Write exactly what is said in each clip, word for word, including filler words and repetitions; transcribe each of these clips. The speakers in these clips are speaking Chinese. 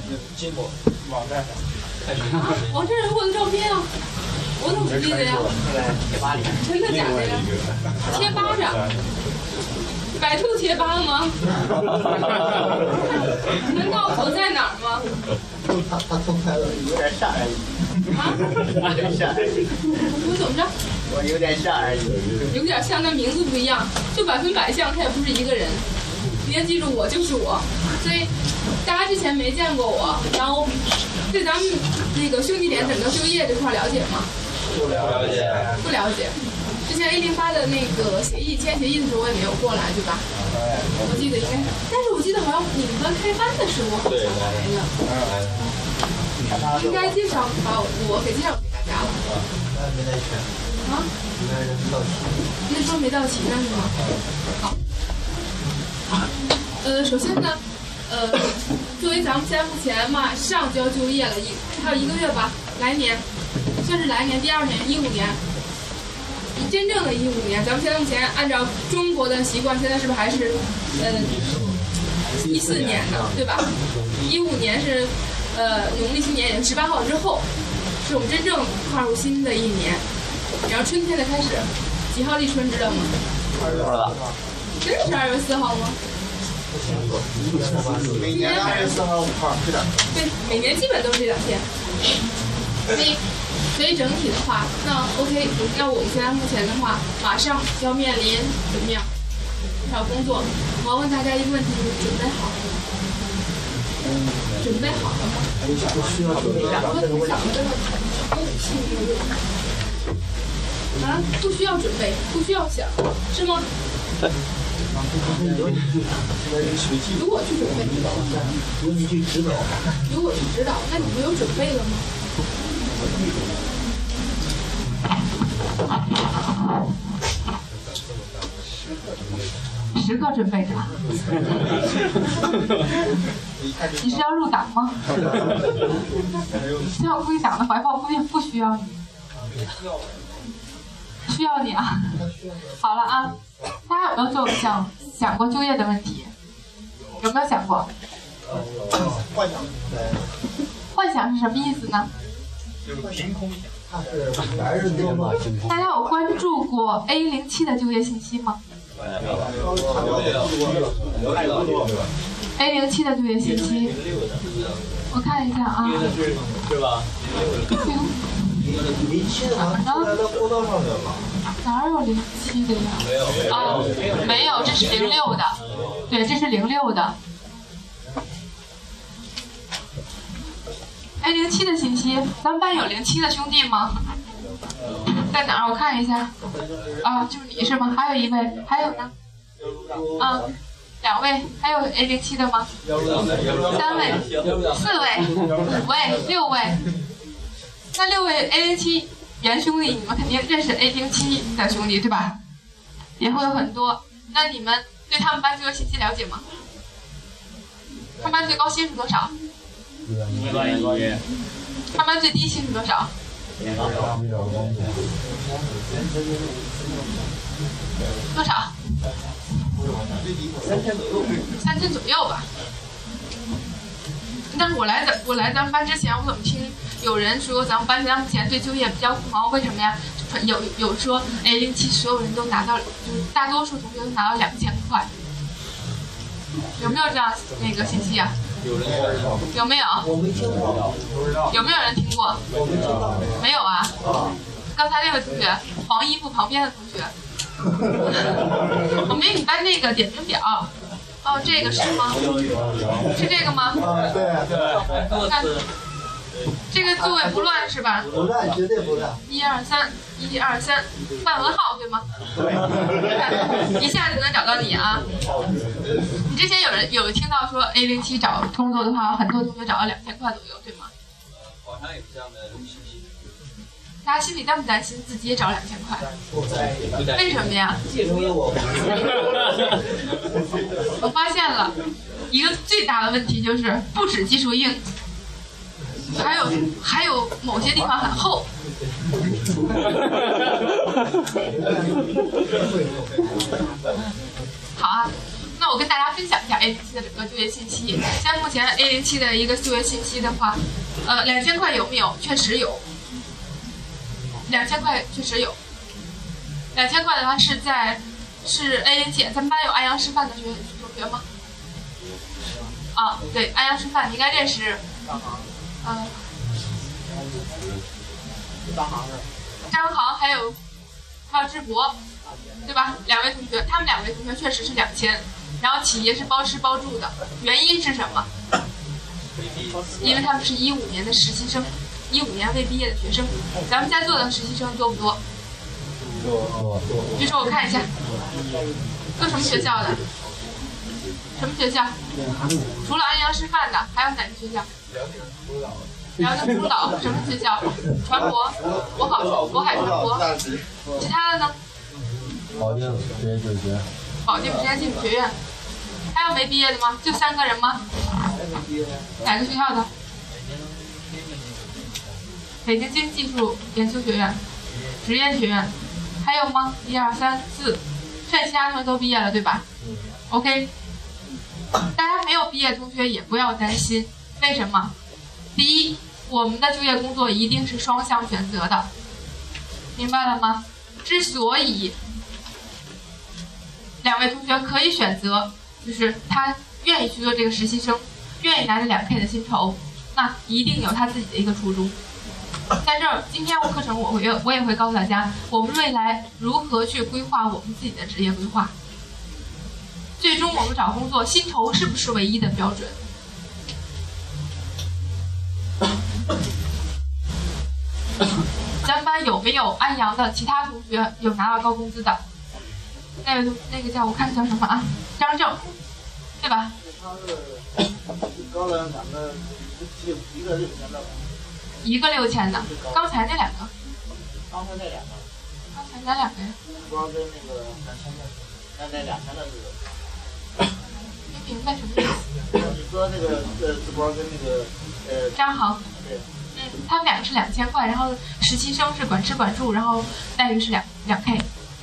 进过网站上。 啊，网站有我的照片啊，我怎么不记得呀？ 贴吧里面。 真的假的呀？贴吧上，百度贴吧吗？能告诉我在哪儿吗？ 他他偷拍了，有点吓人。 啊？ 有点吓人。 我怎么着？ 我有点吓人。 有点像，但名字不一样，就百分百像，他也不是一个人。你要记住，我就是我，所以大家之前没见过我，然后对咱们那个兄弟连整个就业这块了解吗？ 不了解， 不了解。之前 A 零八的那个协议签协议的时候，我也没有过来，对吧？我记得应该，但是我记得好像你们开班的时候好像来了，应该介绍把我给介绍给大家了。 没来全。 啊？ 应该人没到齐。 那时候没到齐呢，是吗？好。呃，首先呢，呃，作为咱们现在目前马上就要就业了，一还有一个月吧，来年算是来年第二年一五年，真正的一五年，咱们现在目前按照中国的习惯，现在是不是还是呃一四年呢，对吧？一五年是呃农历新年，也是十八号之后，是我们真正跨入新的一年，然后春天的开始，几号立春知道吗？ 二月了。 真是二月四号吗？ 每年的二月四号、五号是的。 对，每年基本都是这两天。所以，所以整体的话，那 OK， 那我们现在目前的话，马上就要面临怎么样？找工作。我要问大家一个问题：你准备好了吗？准备好了吗？ 不需要准备下这个问题。 啊，不需要准备，不需要想，是吗？如果去准备， 如你去指导， 如果去指导，那你不有准备了吗？时刻准备着。你是要入党吗？需要归党的怀抱，估计不需要你。需要你啊！好了啊，大家有没有做想想过就业的问题？有没有想过？ 幻想。 幻想是什么意思呢？ 就是凭空想。 它是白日做梦。 大家有关注过 A 零七的就业信息吗 ？A 零七的就业信息，我看一下啊。 是吧？ 零七的好像出来在播道上面吧？ 哪有零七的呀？ 没有。 啊，没有，这是零六的。对，这是零六的。A 零七的信息，咱们班有零七的兄弟吗？在哪儿？我看一下。啊，就是你是吗？还有一位，还有呢？啊，两位，还有 A 零七的吗？三位、四位、五位、六位。那六位 A 零七原兄弟，你们肯定认识 A 零七的兄弟对吧？也会有很多。那你们对他们班就业信息了解吗？他们班最高薪是多少？他们班最低薪是多少？多少？ 三千左右。 三千左右吧。但是我来咱我来咱们班之前，我怎么听有人说咱们班现在目前对就业比较苦恼？为什么呀？有有说 A 零七所有人都拿到，就是大多数同学都拿到两千块，有没有这样那个信息啊？有没有？ 我没听过。 有没有人听过？ 我没听到。 没有啊。刚才那位同学，黄衣服旁边的同学，我没你班那个点名表。哦，这个是吗？是这个吗？ 啊，对对。 看，这个座位不乱是吧？ 不乱，绝对不乱。 一二三，一二三，范文浩对吗？对。一下就能找到你啊！你之前有人有听到说 A 零七找工作的话，很多同学找了两千块左右，对吗？ 网上有这样的信息。 大家心里担不担心自己也找两千块？为什么呀？ 因为我。 我发现了一个最大的问题，就是不止技术硬，还有还有某些地方很厚。好啊，那我我跟大家分享一下 A 零七的整个就业信息。像目前 A 零七的一个就业信息的话，呃，两千块有没有？确实有。两千块确实有。两千块的话是在是 A 零七，咱们班有安阳师范的学同学吗？啊，对，安阳师范，你应该认识。嗯。 张航是。 张航还有还有智博，对吧？两位同学，他们两位同学确实是两千，然后企业是包吃包住的，原因是什么？因为他们是一五年的实习生，一五年未毕业的学生。咱们在座的实习生多不多？ 多。 举手我看一下，都什么学校的？什么学校？除了安阳师范的，还有哪个学校？辽宁青岛什么学校？船舶，渤海渤海船舶。其他的呢？ 保定职业技术学院。 保定职业技术学院。还有没毕业的吗？就三个人吗？哪个学校的？北京经济技术研究学院、职业学院。还有吗？一二三四，剩其他同学都毕业了，对吧 ？OK。大家没有毕业的同学也不要担心，为什么？第一，我们的就业工作一定是双向选择的，明白了吗？之所以两位同学可以选择，就是他愿意去做这个实习生，愿意拿着两 K 的薪酬，那一定有他自己的一个初衷。在这儿，今天我课程我会我也会告诉大家，我们未来如何去规划我们自己的职业规划。最终我们找工作，薪酬是不是唯一的标准？咱们班有没有安阳的其他同学有拿到高工资的？那个那个叫我看叫什么啊？张正，对吧？ 他是高了两个，一个六千的。 一个六千的，刚才那两个。 刚才那两个。 刚才哪两个呀？ 不知道跟那个两千的，那那两千的是。 没明白什么意思？ 你说那个呃，直播跟那个呃。 张航。 对。 嗯，他们两个是两千块，然后实习生是管吃管住，然后待遇是两两 K。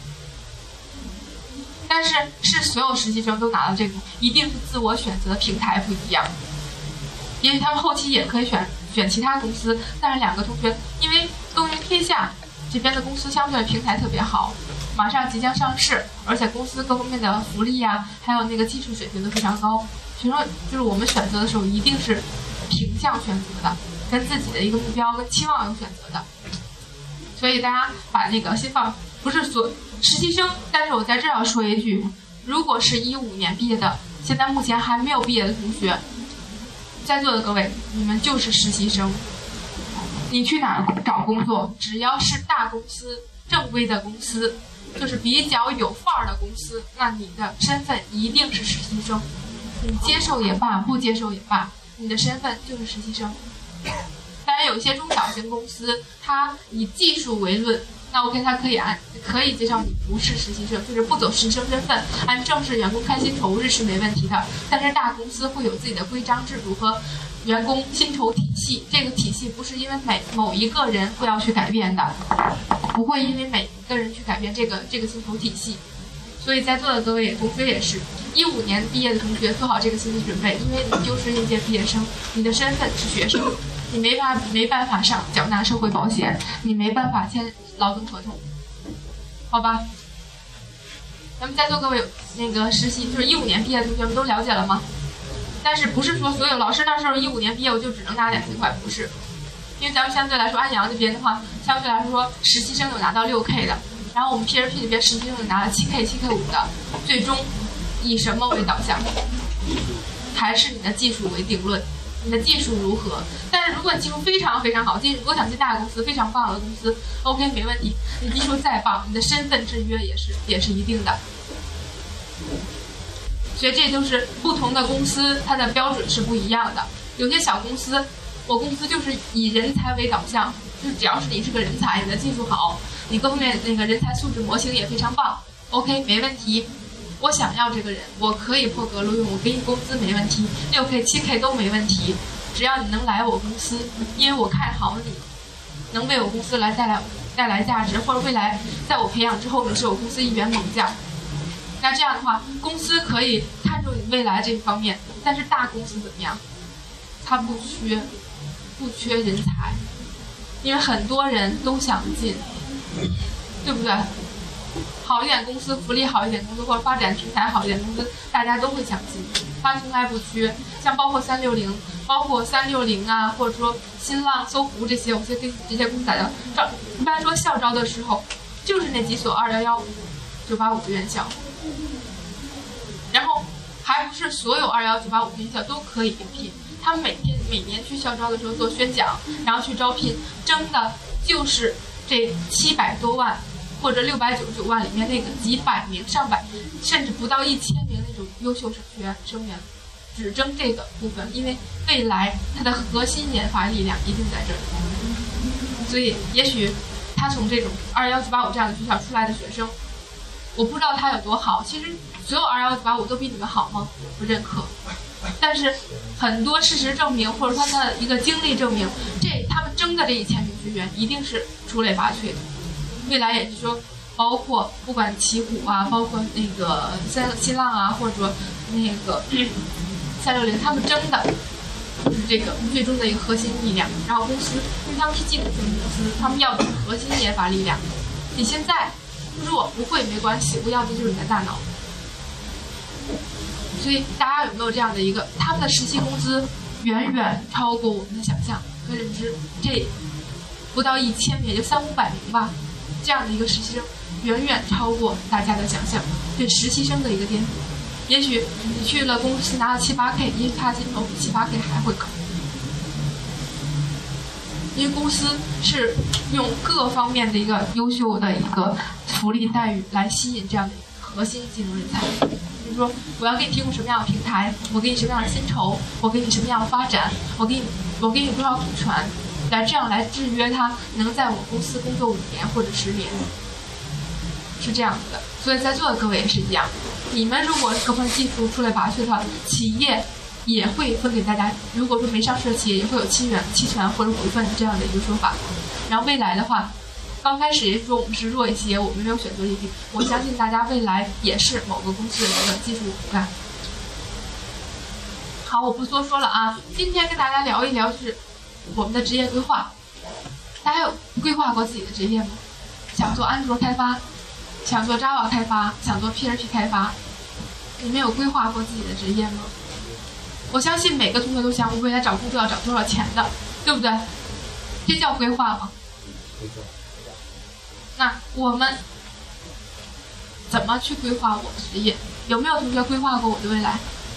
但是是所有实习生都拿到这个，一定是自我选择平台不一样。也许他们后期也可以选选其他公司，但是两个同学因为东云天下这边的公司相对平台特别好，马上即将上市，而且公司各方面的福利呀、啊，还有那个技术水平都非常高。所以说，就是我们选择的时候一定是平向选择的，跟自己的一个目标跟期望有选择的。所以大家把那个心放，不是所实习生，但是我在这儿要说一句，如果是一五年毕业的，现在目前还没有毕业的同学，在座的各位，你们就是实习生。你去哪儿找工作，只要是大公司、正规的公司，就是比较有范儿的公司，那你的身份一定是实习生。你接受也罢，不接受也罢，你的身份就是实习生。当然，有一些中小型公司，它以技术为论，那 OK， 它可以按可以介绍你不是实习生，就是不走实习生身份，按正式员工开薪酬日是没问题的。但是大公司会有自己的规章制度和员工薪酬体系，这个体系不是因为每某一个人会要去改变的，不会因为每一个人去改变这个这个薪酬体系。所以在座的各位同学也是，一五年毕业的同学做好这个心理准备，因为你就是应届毕业生，你的身份是学生，你没法没办法上缴纳社会保险，你没办法签劳动合同，好吧？咱们在座各位那个实习，就是一五年毕业的同学们都了解了吗？但是不是说所有老师那时候一五年毕业我就只能拿两千块，不是，因为咱们相对来说安阳这边的话，相对来说实习生有拿到六 K 的，然后我们 P R P 这边实习生有拿了七 K、七 K 五的，最终以什么为导向？还是你的技术为定论，你的技术如何？但是如果你技术非常非常好，技术我想进大公司非常棒的公司 ，OK 没问题。你技术再棒，你的身份制约也是也是一定的。所以这就是不同的公司，它的标准是不一样的。有些小公司，我公司就是以人才为导向，就是只要是你是个人才，你的技术好，你各方面那个人才素质模型也非常棒 ，OK 没问题。我想要这个人，我可以破格录用，我给你工资没问题，六 K、七 K 都没问题，只要你能来我公司，因为我看好你，能为我公司来带来带来价值，或者未来在我培养之后，你是我公司一员猛将。那这样的话，公司可以看重未来这方面，但是大公司怎么样？它不缺不缺人才，因为很多人都想进，对不对？好一点公司，福利好一点公司，或者发展平台好一点公司，大家都会想进，它从来不缺。像包括三六零，包括三六零啊，或者说新浪、搜狐这些，我先跟这些公司打交道。一般说校招的时候，就是那几所二幺幺、九八五的院校，然后还不是所有二幺幺、九八五的院校都可以应聘。他们每天每年去校招的时候做宣讲，然后去招聘，争的就是这七百多万或者六百九十九万里面那个几百名、上百甚至不到一千名那种优秀学员生源，只争这个部分，因为未来它的核心研发力量一定在这里。所以也许他从这种二幺幺九八五这样的学校出来的学生，我不知道他有多好。其实所有二幺幺九八五都比你们好吗？不认可。但是很多事实证明，或者说他的一个经历证明，这他们争的这一千名学员一定是出类拔萃的。未来也是说，包括不管奇虎啊，包括那个三新浪啊，或者说那个三六零，他们争的就是这个最终的一个核心力量。然后公司，因为他们是技术型公司，他们要的是核心研发力量。你现在弱不会没关系，我要的就是你的大脑。所以大家有没有这样的一个，他们的实习工资远远超过我们的想象和认知，这不到一千名，也就三五百名吧，这样的一个实习生远远超过大家的想象，对实习生的一个颠覆。也许你去了公司拿了七八 K， 也许他薪酬比七八 K 还会高，因为公司是用各方面的一个优秀的一个福利待遇来吸引这样的核心技能人才。比如说，我要给你提供什么样的平台，我给你什么样的薪酬，我给你什么样的发展，我给你我给你多少股权，来这样来制约他能在我公司工作五年或者十年，是这样子的。所以在座的各位也是一样，你们如果各方技术出类拔萃的话，企业也会分给大家。如果说没上市的企业，也会有期权、期权或者股份这样的一个说法。然后未来的话，刚开始也是说我们是弱一些，我们没有选择利率。我相信大家未来也是某个公司的一个技术骨干。好，我不多说了啊，今天跟大家聊一聊就是我们的职业规划。大家有规划过自己的职业吗？想做安卓开发，想做 Java 开发，想做 P H P 开发，你们有规划过自己的职业吗？我相信每个同学都想我未来找工作要找多少钱的，对不对？这叫规划吗？那我们怎么去规划我的职业？有没有同学规划过我的未来？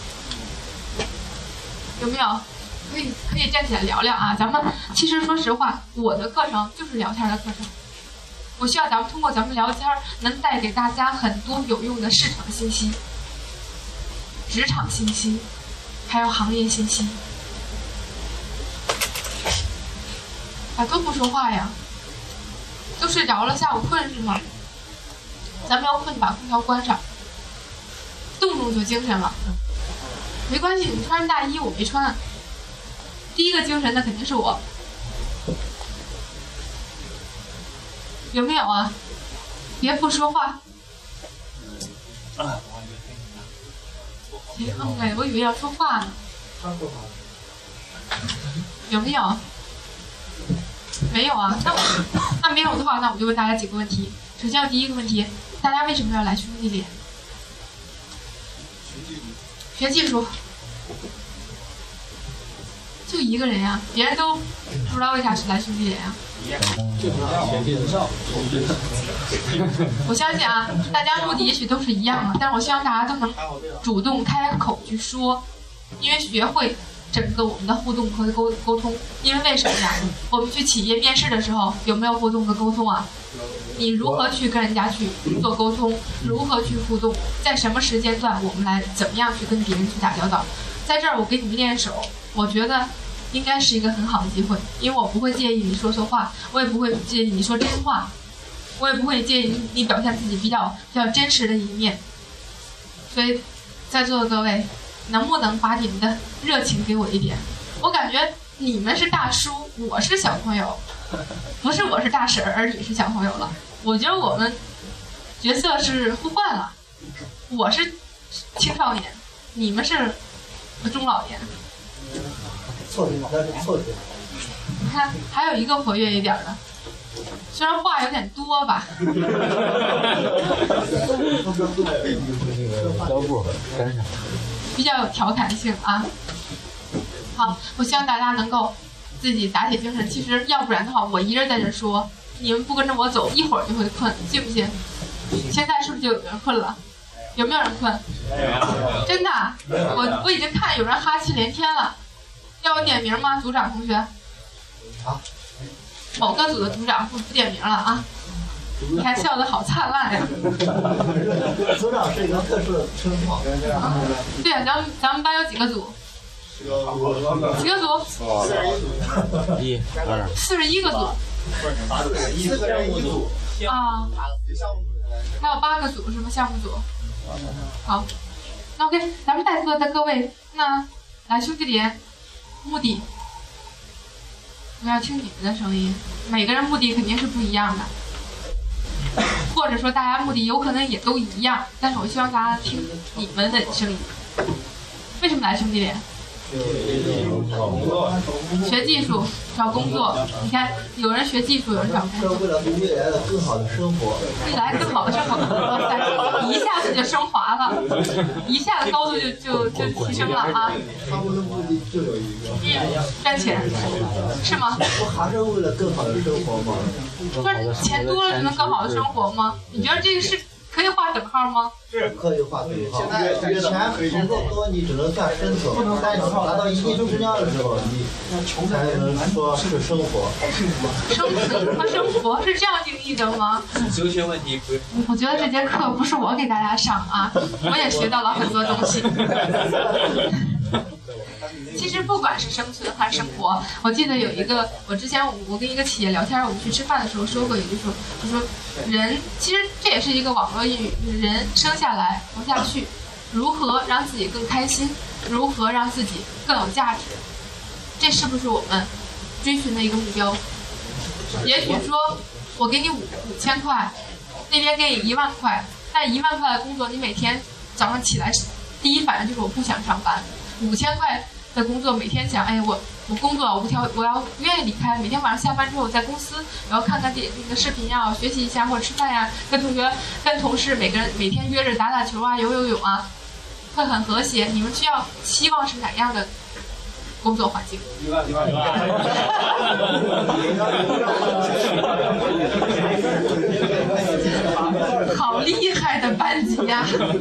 有没有？可以可以站起来聊聊啊！咱们其实说实话，我的课程就是聊天的课程。我希望咱们通过咱们聊天，能带给大家很多有用的市场信息、职场信息，还有行业信息。啊，都不说话呀！都睡着了，下午困是吗？咱们要困就把空调关上，动动就精神了。没关系，你穿着大衣我没穿，第一个精神的肯定是我。有没有啊？别不说话。谁哼嘞？我以为要说话呢。有没有？没有啊，那我那没有的话，那我就问大家几个问题。首先，第一个问题，大家为什么要来兄弟连？学技术，就一个人呀，别人都不知道为啥是来兄弟连呀。我相信啊，大家目的也许都是一样的，但是我希望大家都能主动开口去说，因为学会整个我们的互动和沟沟通。因为为什么呀？我们去企业面试的时候有没有互动和沟通啊？你如何去跟人家去做沟通？如何去互动？在什么时间段我们来怎么样去跟别人去打交道？在这儿我给你们练手，我觉得应该是一个很好的机会，因为我不会介意你说错话，我也不会介意你说真话，我也不会介意你表现自己比较比较真实的一面。所以在座的各位，能不能把你们的热情给我一点？我感觉你们是大叔，我是小朋友，不是我是大婶而你是小朋友了。我觉得我们角色是互换了，我是青少年， 你们是中老年。 错题，那是错题。 你看，还有一个活跃一点的，虽然话有点多吧。 腰部跟上， 比较有调侃性啊。好，我希望大家能够自己打起精神。其实要不然的话，我一人在这说，你们不跟着我走，一会儿就会困，信不信？现在是不是就有人困了？有没有人困？真的，我我已经看有人哈气连天了。要我点名吗，组长同学？ 好。 某个组的组长不不点名了啊。你看笑得好灿烂呀！ 组长是一个特殊的称号。 对呀、啊，咱们咱们班有几个组？几个组？ 一、二、 四十一个组。 四个人一组。 啊。还有八个组是吗？项目组。好，那 OK， 咱们在座的各位，那来兄弟连，目的，我要听你们的声音。每个人目的肯定是不一样的。或者说大家目的有可能也都一样，但是我希望大家听你们的声音。为什么来兄弟连？学技术，找工作。你看，有人学技术，有人找工作。 为了未来的更好的生活。 未来更好的生活，哇塞，一下子就升华了，一下子高度就就就提升了啊！ 他们的目的就有一个， 嗯，赚钱，是吗？ 不还是为了更好的生活吗？ 赚钱多了就能更好的生活吗？你觉得这个是可以画等号吗？ 是可以画等号。现在钱足够多，你只能算生存，但你达到一定质量的时候，你才能说是生活。 生存和生活是这样定义的吗？ 哲学问题不是。 我觉得这节课不是我给大家上啊，我也学到了很多东西。其实不管是生存还是生活，我记得有一个，我之前我我跟一个企业聊天，我们去吃饭的时候说过一句说，就说人其实这也是一个网络谚语，就是人生下来活下去，如何让自己更开心，如何让自己更有价值，这是不是我们追寻的一个目标？也许说我给你五五千块，那边给你一万块，但一万块的工作，你每天早上起来第一反应就是我不想上班。五千块的工作，每天想，哎，我我工作我不挑，我要不愿意离开。每天晚上下班之后，在公司我要看看电那个视频呀，我学习一下或者吃饭呀，跟同学、跟同事每个人每天约着打打球啊、游游泳啊，会很和谐。你们需要希望是哪样的工作环境？ 一万一万一万。 好厉害的班级呀！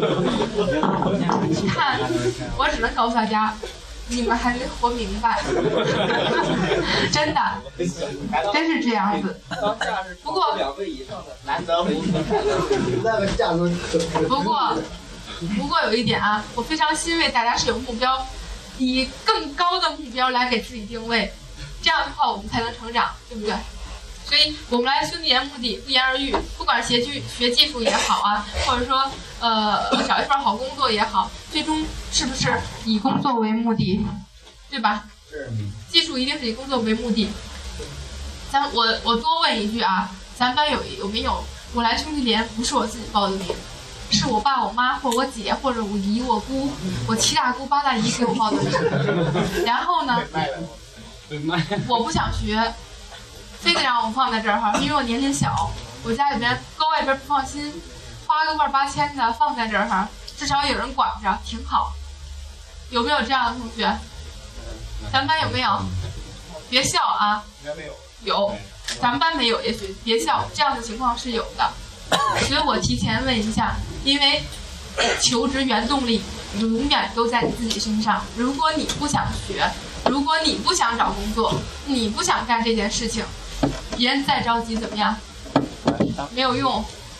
看，我只能告诉大家，你们还没活明白，真的，真是这样子。不过， 两倍以上的难得回那个价格可不过，不过有一点啊，我非常欣慰，大家是有目标，以更高的目标来给自己定位，这样的话我们才能成长，对不对？所以我们来兄弟连目的不言而喻，不管学技学技术也好啊，或者说呃找一份好工作也好，最终是不是以工作为目的，对吧？ 是。 技术一定是以工作为目的。咱我我多问一句啊，咱班有有没有我来兄弟连不是我自己报的名，是我爸我妈或我姐或者我姨我姑我七大姑八大姨给我报的名。然后呢，我不想学。非得让我放在这儿哈，因为我年龄小，我家里边搁外边不放心，花个万八千的放在这儿哈，至少有人管着，挺好。有没有这样的同学？咱们班有没有？别笑啊！有，咱们班没有，也许别笑，这样的情况是有的。所以我提前问一下，因为求职原动力永远都在你自己身上。如果你不想学，如果你不想找工作，你不想干这件事情，别人再着急怎么样？没有用。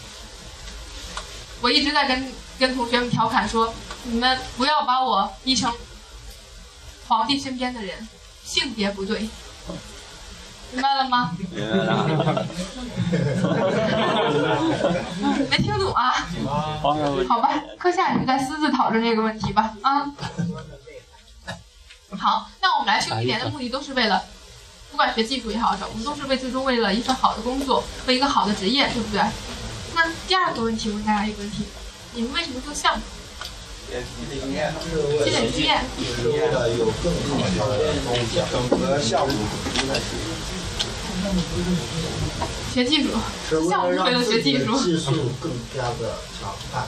我一直在跟跟同学们调侃说，你们不要把我逼成皇帝身边的人，性别不对，明白了吗？ 明白了。 没听懂啊？好吧，课下你们再私自讨论这个问题吧。啊。好，那我们来兄弟连的目的都是为了。不管学技术也好，我们都是为最终为了一份好的工作，为一个好的职业，对不对？那第二个问题，我问大家一个问题：你们为什么做项目？ 积累经验。 是为了有更好的整合项目。 学技术， 是为了项目为了让自己的学技术。 技术更加的强悍。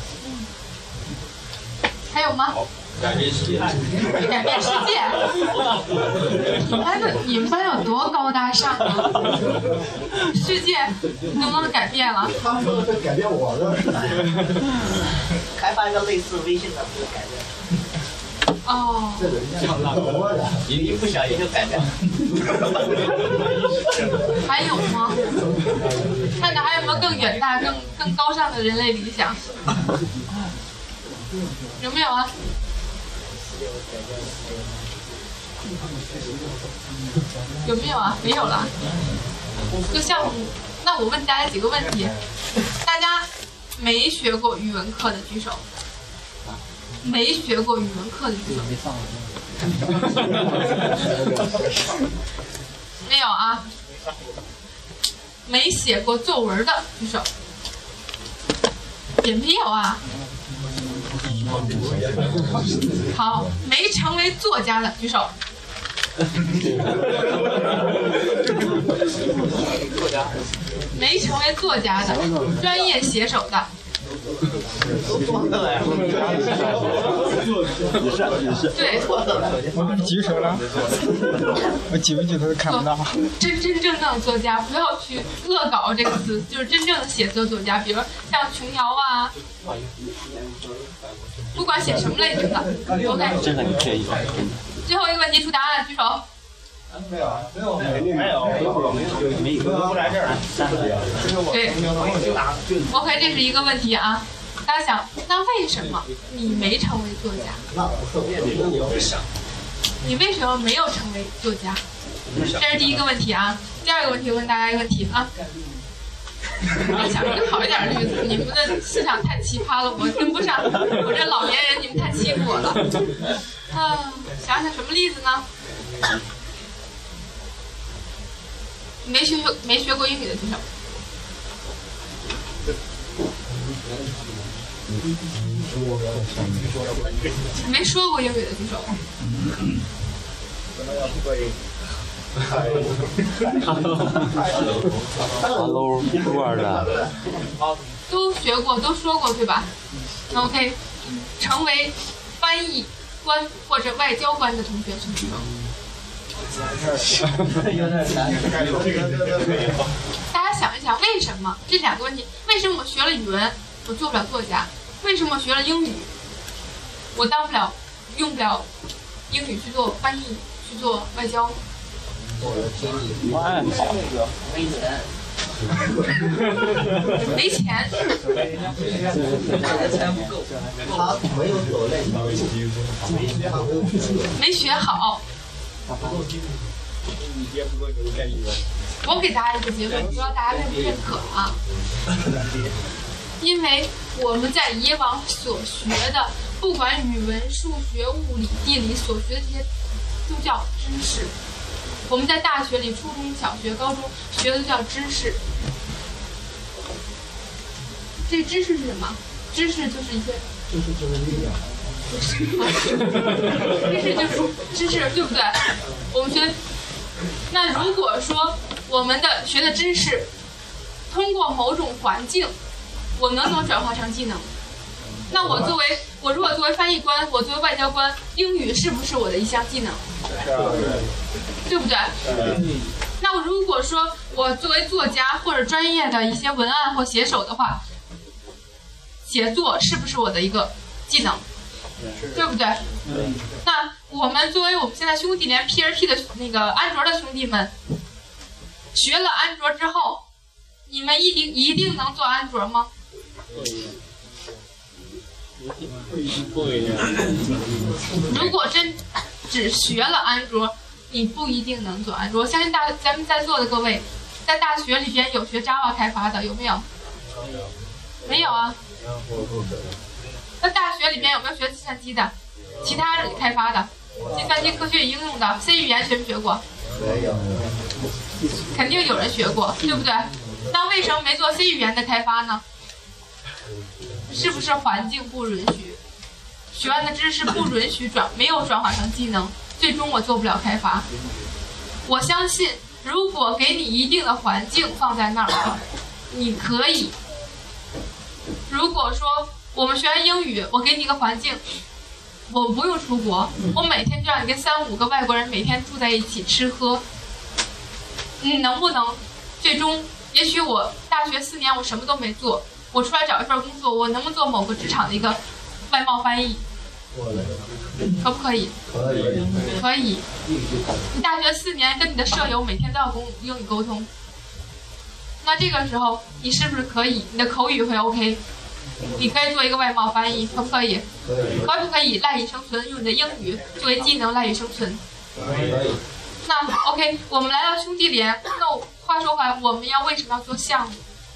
还有吗？ 改变世界。 改变世界。哎，那你们班有多高大上啊？世界能不能改变了？ 他们说的是改变我的世界。 开发一个类似微信的这个改变。 哦。 这个差不多的。 一不小心就改变了。 还有吗？看看还有没有更远大、更更高尚的人类理想？有没有啊？有没有啊？没有了。就项目，那我问大家几个问题：大家没学过语文课的举手。没学过语文课的举手。没有啊。没写过作文的举手。也没有啊。好，没成为作家的举手。没成为作家的，专业写手的。对， 我举手了，我举不举都看不到。 真真正正的作家，不要去恶搞这个词，就是真正的写作作家，比如像琼瑶啊，不管写什么类型的 ，OK。 真的你可以。 最后一个问题出答案，举手。 没有，没有，没有，没有， 没有，不来这儿。 对 ，OK， 这是一个问题啊。大家想，那为什么你没成为作家？ 那不是我。 你为什么没有成为作家？这是第一个问题啊。第二个问题，问大家一个问题啊。我想一个好一点的例子，你们的思想太奇葩了，我跟不上。我这老年人，你们太欺负我了。啊，想想什么例子呢？没学没学过英语的举手。没说过英语的举手。 Hello World。 都学过，都说过，对吧 ？OK， 成为翻译官或者外交官的同学请举手。大家想一想，为什么这两个问题？为什么我学了语文，我做不了作家？为什么我学了英语，我当不了，用不了英语去做翻译，去做外交？ 我爱跑。 没钱。 没钱。 钱不够。 他没有走那条路， 没学好。我给大家一个结论，不知道大家认不认可啊？因为我们在以往所学的，不管语文、数学、物理、地理所学的这些，都叫知识。我们在大学里，初中小学、高中学的都叫知识。这知识是什么？知识就是一些。 知识就是力量。 知识就是知识，对不对？我们学，那如果说我们的学的知识，通过某种环境，我能不能转化成技能？那我作为我如果作为翻译官，我作为外交官，英语是不是我的一项技能？对不对？那我如果说我作为作家或者专业的一些文案或写手的话，写作是不是我的一个技能？对不对？那我们作为我们现在兄弟连 P R P 的那个安卓的兄弟们，学了安卓之后，你们一定一定能做安卓吗？如果真只学了安卓，你不一定能做安卓。我相信大咱们在座的各位，在大学里边有学 Java 开发的，有没有？没有啊。那大学里边有没有学计算机的？其他开发的，计算机科学与应用的 C 语言学没学过？ 没有。 肯定有人学过，对不对？那为什么没做 C 语言的开发呢？是不是环境不允许？ 学完的知识不允许转，没有转化成技能，最终我做不了开发。我相信，如果给你一定的环境放在那儿，你可以。如果说我们学完英语，我给你一个环境，我不用出国，我每天就让你跟三五个外国人每天住在一起吃喝，你能不能最终？也许我大学四年我什么都没做，我出来找一份工作，我能不能做某个职场的一个外贸翻译？可不可以？ 可以。 可以。你大学四年跟你的舍友每天都要跟英语沟通，那这个时候你是不是可以？你的口语会 OK？ 你可以做一个外贸翻译，可不可以？ 可以。 可不可以赖以生存？用你的英语作为技能赖以生存？ 可以。 那 OK， 我们来到兄弟连，那话说回来，我们要为什么要做项目？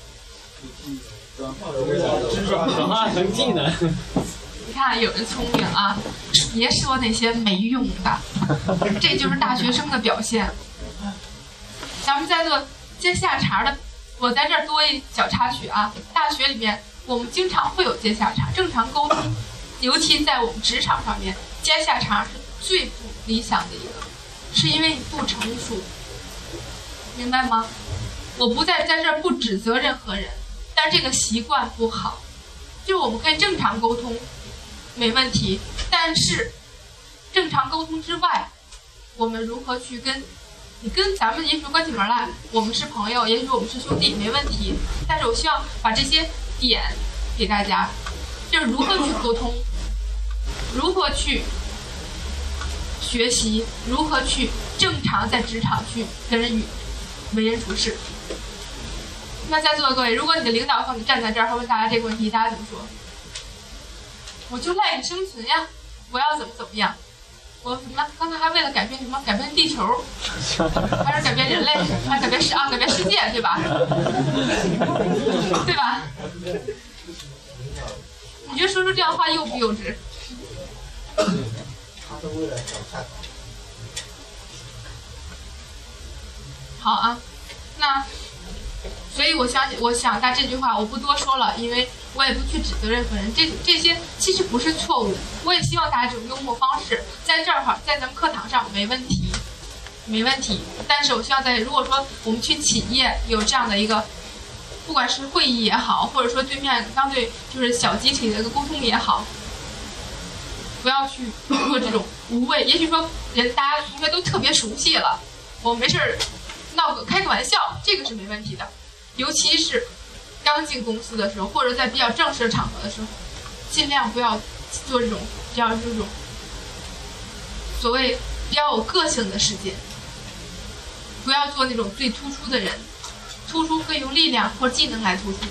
转化成技能。 你看，有人聪明啊，别说那些没用的，这就是大学生的表现。咱们在座接下茬的，我在这儿多一小插曲啊。大学里面，我们经常会有接下茬，正常沟通，尤其在我们职场上面，接下茬是最不理想的一个。是因为你不成熟，明白吗？我不在在这儿不指责任何人，但是这个习惯不好。就是我们可以正常沟通，没问题。但是正常沟通之外，我们如何去跟你跟咱们也许关起门来，我们是朋友，也许我们是兄弟，没问题。但是我希望把这些点给大家，就是如何去沟通，如何去学习，如何去正常在职场去跟人与为人处事。那在座的各位，如果你的领导和你站在这儿，会问大家这个问题，大家怎么说？我就赖以生存呀，我要怎么怎么样？我什么？刚才还为了改变什么？改变地球，还是改变人类？还是改变世啊？改变世界，对吧？对吧？你觉得说出这样的话幼不幼稚？好啊，那所以我相信，我想大这句话我不多说了，因为我也不去指责任何人，这这些其实不是错误。我也希望大家这种幽默方式在这儿哈，在咱们课堂上没问题，没问题。但是我希望在如果说我们去企业有这样的一个，不管是会议也好，或者说对面相对就是小集体的一个沟通也好，不要去做这种无谓。也许说人大家同学都特别熟悉了，我没事儿闹个开个玩笑，这个是没问题的。尤其是刚进公司的时候，或者在比较正式的场合的时候，尽量不要做这种比较这种所谓比较有个性的事件，不要做那种最突出的人。突出可以用力量或技能来突出，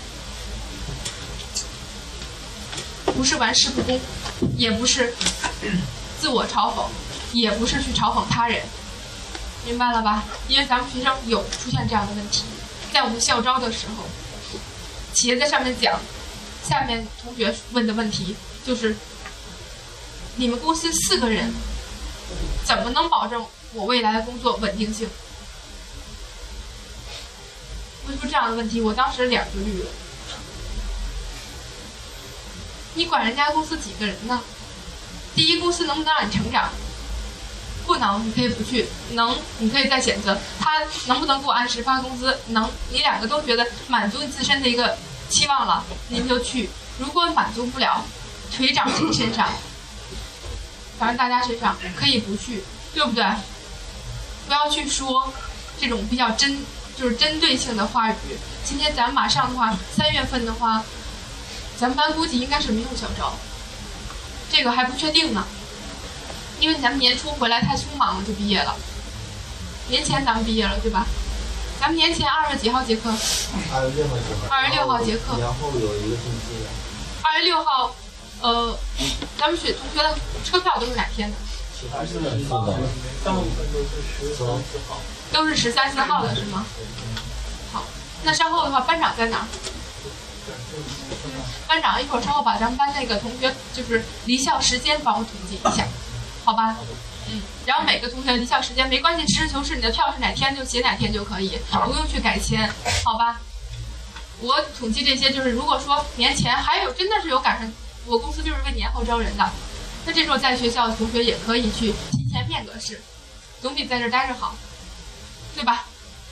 不是玩世不恭，也不是自我嘲讽，也不是去嘲讽他人，明白了吧？因为咱们学生有出现这样的问题，在我们校招的时候，企业在上面讲，下面同学问的问题就是：你们公司四个人，怎么能保证我未来的工作稳定性？问出这样的问题，我当时脸就绿了。你管人家公司几个人呢？第一，公司能不能让你成长？不能，你可以不去；能，你可以再选择。他能不能给我按时发工资？能，你两个都觉得满足你自身的一个期望了，您就去。如果满足不了，腿长谁身上？长在大家身上，可以不去，对不对？不要去说这种比较针。就是针对性的话语。今天咱们马上的话，三月份的话，咱们班估计应该是没有校招，这个还不确定呢。因为咱们年初回来太匆忙了，就毕业了。年前咱们毕业了，对吧？咱们年前二月几号结课？ 二月六号结课。 二月六号结课。 然后有一个星期。 二月六号，呃，咱们学同学的车票都是哪天的？ 还是的，大部分都是十三四号。 都是十三四号的是吗？好，那稍后的话，班长在哪儿？班长一会儿稍后把咱们班那个同学就是离校时间帮我统计一下，好吧？嗯，然后每个同学离校时间没关系，实事求是，你的票是哪天就写哪天就可以，不用去改签，好吧？我统计这些，就是如果说年前还有真的是有赶上，我公司就是为年后招人的， 那这时候在学校的同学也可以去提前面个试，总比在这待着好，对吧？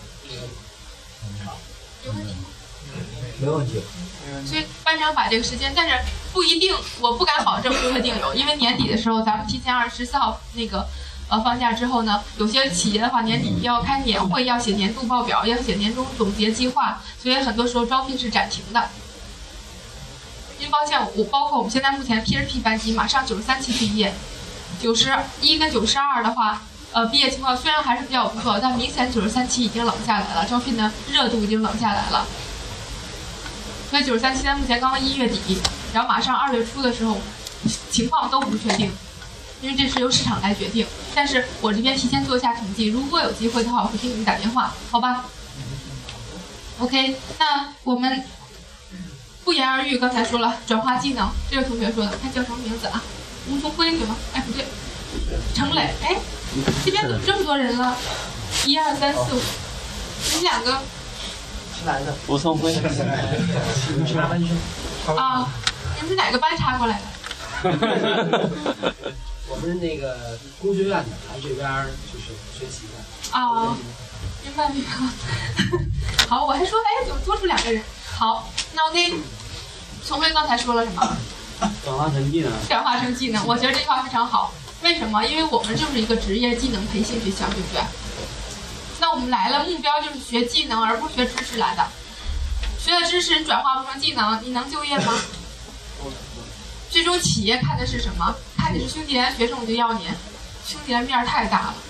有问题吗？ 没问题。 所以班长把这个时间，但是不一定，我不敢保证不会定有，因为年底的时候咱们提前二十四号那个呃放假之后呢，有些企业的话年底要开年会，要写年度报表，要写年终总结计划，所以很多时候招聘是暂停的。您抱歉，我包括我们现在目前 P H P 班级马上九十三期毕业，九十一跟九十二的话，呃，毕业情况虽然还是比较不错，但明显九十三期已经冷下来了，招聘的热度已经冷下来了。所以九十三期现在目前刚刚一月底，然后马上二月初的时候，情况都不确定，因为这是由市场来决定。但是我这边提前做一下统计，如果有机会的话，我会给你们打电话，好吧 ？OK， 那我们不言而喻，刚才说了转化技能，这位同学说的，他叫什么名字啊？吴松辉对吗？哎，不对，程磊。哎，这边怎么这么多人了？一二三四五，你们两个。 男的， 吴松辉。 啊，你们是哪个班插过来的？ 我们那个工学院的来这边就是学习的。 啊，明白明白。好，我还说，哎，怎么多出两个人？好，那 OK。崇辉刚才说了什么？ 转化成技能。 转化成技能，我觉得这句话非常好。为什么？因为我们就是一个职业技能培训学校，对不对？那我们来了，目标就是学技能，而不是学知识来的。学了知识，你转化不成技能，你能就业吗？最终企业看的是什么？看你是兄弟连学生，我就要你。兄弟连面太大了，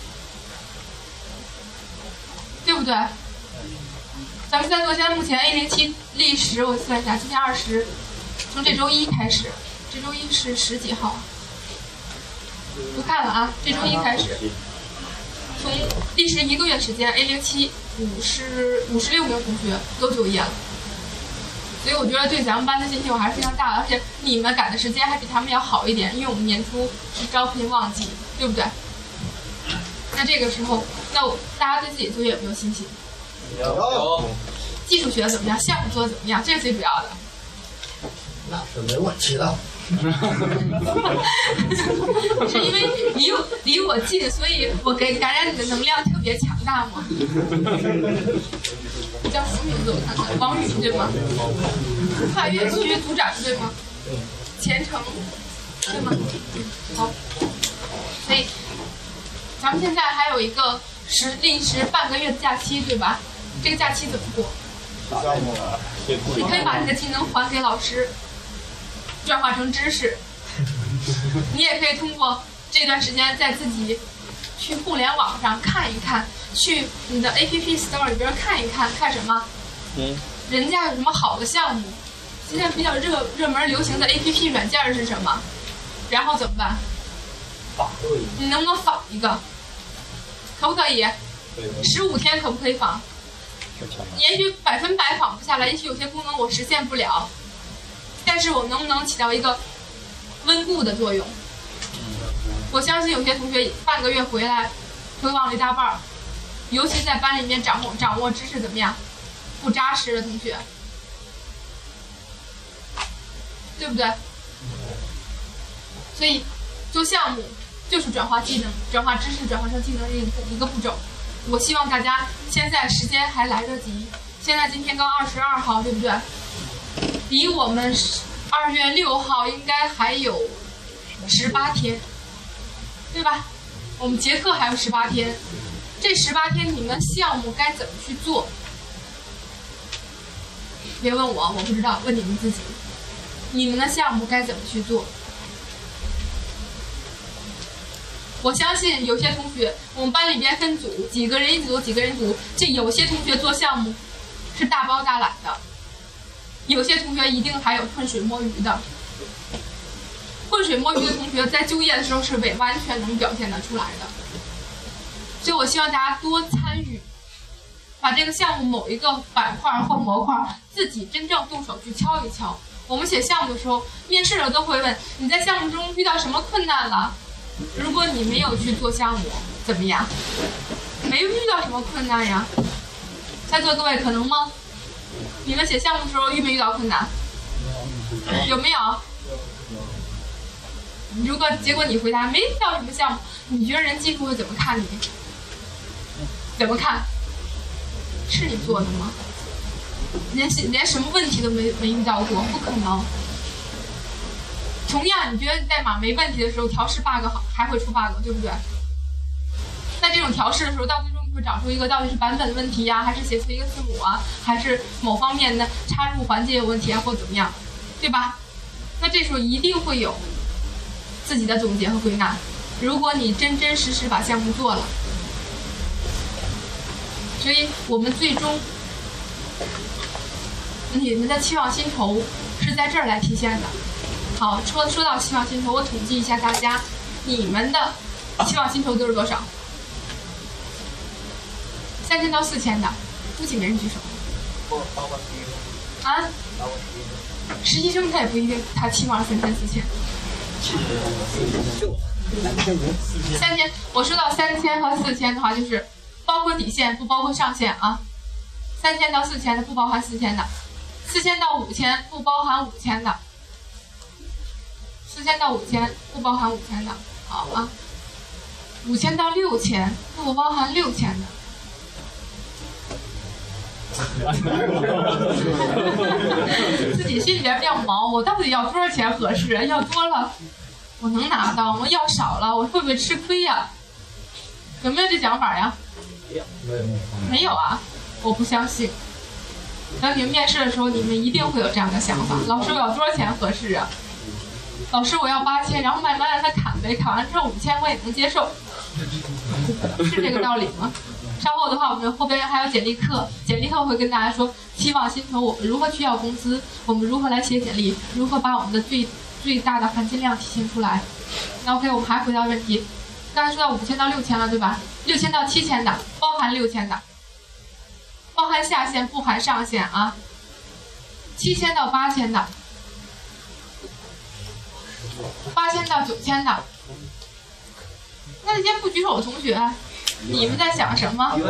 对不对？咱们在座现在目前 A 零七历时，我算一下，今天二十，从这周一开始，这周一是十几号？不看了啊，这周一开始。从历时一个月时间 ，A 零七五十五十六名同学都就业了，所以我觉得对咱们班的信心我还是非常大的，而且你们赶的时间还比他们要好一点，因为我们年初是招聘旺季，对不对？那这个时候，那我大家对自己作业有没有信心？ 有。 技术学的怎么样？项目做的怎么样？这是最主要的。 那是没问题的。 是因为离我离我近，所以我给感染你的能量特别强大吗？叫什么名字？我看看，王宇对吗？跨越区组长对吗？前程对吗？好，所以咱们现在还有一个时历时半个月的假期，对吧？这个假期怎么过？你可以把你的技能还给老师，转化成知识。你也可以通过这段时间在自己去互联网上看一看，去你的 A P P Store 里边看一看，看什么？ 嗯， 人家有什么好的项目？现在比较热热门流行的 A P P 软件是什么？然后怎么办？你能不能仿一个？可不可以？十五天可不可以仿？也许百分百仿不下来，也许有些功能我实现不了，但是我能不能起到一个温故的作用？我相信有些同学半个月回来会忘了一大半儿，尤其在班里面掌握掌握知识怎么样不扎实的同学，对不对？所以做项目就是转化技能、转化知识、转化成技能的一个一个步骤。我希望大家现在时间还来得及，现在今天刚二十二号，对不对？离我们二月六号应该还有十八天，对吧？我们结课还有十八天，这十八天你们项目该怎么去做？别问我，我不知道，问你们自己。你们的项目该怎么去做？我相信有些同学，我们班里边分组，几个人一组，几个人一组，这有些同学做项目是大包大揽的，有些同学一定还有浑水摸鱼的。浑水摸鱼的同学在就业的时候是伪完全能表现得出来的，所以我希望大家多参与，把这个项目某一个板块或模块自己真正动手去敲一敲。我们写项目的时候，面试者都会问你在项目中遇到什么困难了。如果你没有去做项目，怎么样？没有遇到什么困难呀？在座各位可能吗？你们写项目的时候遇没遇到困难？有没有？ 如果结果你回答没调什么项目，你觉得人技术会怎么看你？怎么看？是你做的吗？连连什么问题都没没遇到过，不可能。同样，你觉得代码没问题的时候，调试 bug 好还会出 bug， 对不对？在这种调试的时候，到最终你会找出一个到底是版本问题呀、啊，还是写错一个字母啊，还是某方面的插入环节有问题啊，或怎么样，对吧？那这时候一定会有自己的总结和归纳。如果你真真实实把项目做了，所以我们最终你们的期望薪酬是在这儿来体现的。好，说说到期望薪酬，我统计一下大家，你们的期望薪酬都是多少？三千到四千的，估计没人举手。啊？实习生他也不一定，他期望三千四千。三千，我说到三千和四千的话，就是包括底线，不包括上限啊。三千到四千的不包含四千的，四千到五千不包含五千的，四千到五千不包含五千的，好啊。五千到六千不包含六千的。自己心里边比较毛，我到底要多少钱合适？要多了我能拿到吗？要少了我会不会吃亏呀？有没有这想法呀？没有啊，我不相信。等你们面试的时候，你们一定会有这样的想法。老师，我要多少钱合适啊？老师，我要八千，然后慢慢让他砍呗，砍完之后五千我也能接受，是这个道理吗？稍后的话，我们后边还有简历课，简历课会跟大家说期望薪酬，我们如何去要工资，我们如何来写简历，如何把我们的最最大的含金量体现出来。那 OK， 我们还回到问题，刚才说到五千到六千了，对吧？六千到七千的包含六千的，包含下限不含上限啊。七千到八千的，八千到九千的。那那些不举手的同学，你们在想什么？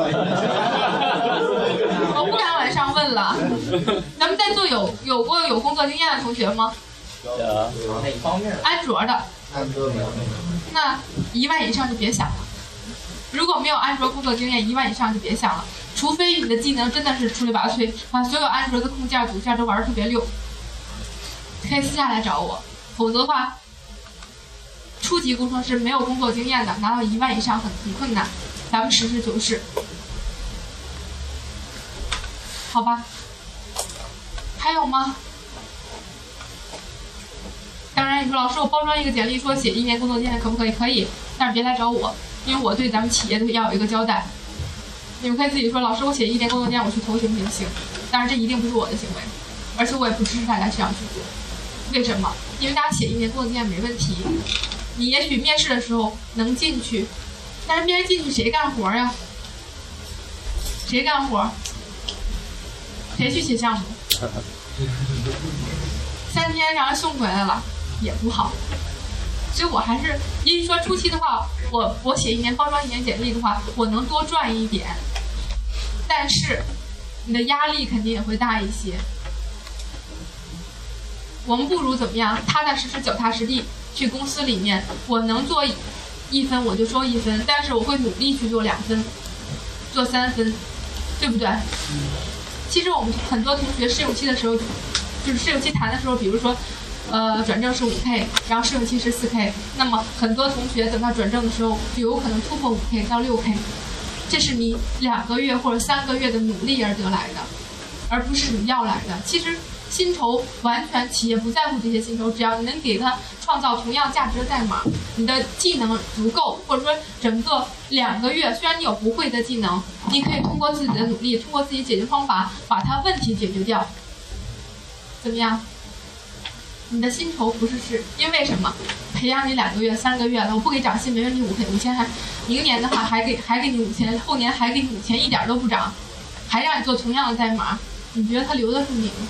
我不敢往上问了。咱们在座有有过有工作经验的同学吗？ 有。哪方面？ 安卓的。 安卓的。 那一万以上就别想了。如果没有安卓工作经验，一万以上就别想了。除非你的技能真的是出类拔萃，把所有安卓的控件、组件都玩得特别溜，可以私下来找我。否则的话，初级工程师没有工作经验的，拿到一万以上很很困难。咱们实事求是，好吧？还有吗？当然，你说老师，我包装一个简历，说写一年工作经验可不可以？可以，但是别来找我，因为我对咱们企业的要有一个交代。你们可以自己说，老师，我写一年工作经验，我去投行不行？当然，这一定不是我的行为，而且我也不支持大家这样去做。为什么？因为大家写一年工作经验没问题，你也许面试的时候能进去，但是面试进去谁干活呀？谁干活？谁去写项目？三天让人送回来了，也不好。所以我还是，因为说初期的话，我我写一年包装一年简历的话，我能多赚一点，但是你的压力肯定也会大一些。我们不如怎么样，踏踏实实、脚踏实地去公司里面，我能做一分我就收一分，但是我会努力去做两分，做三分，对不对？其实我们很多同学试用期的时候，就是试用期谈的时候，比如说，呃，转正是五 K， 然后试用期是四 K， 那么很多同学等到转正的时候，就有可能突破五 K 到六 K， 这是你两个月或者三个月的努力而得来的，而不是你要来的。其实薪酬完全企业不在乎这些薪酬，只要你能给他创造同样价值的代码，你的技能足够，或者说整个两个月，虽然你有不会的技能，你可以通过自己的努力，通过自己解决方法把它问题解决掉，怎么样？你的薪酬不是是因为什么？培养你两个月、三个月了，我不给涨薪没问题，五千五千还，明年的话还给还给你五千，后年还给你五千，一点都不涨，还让你做同样的代码，你觉得他留得住你吗？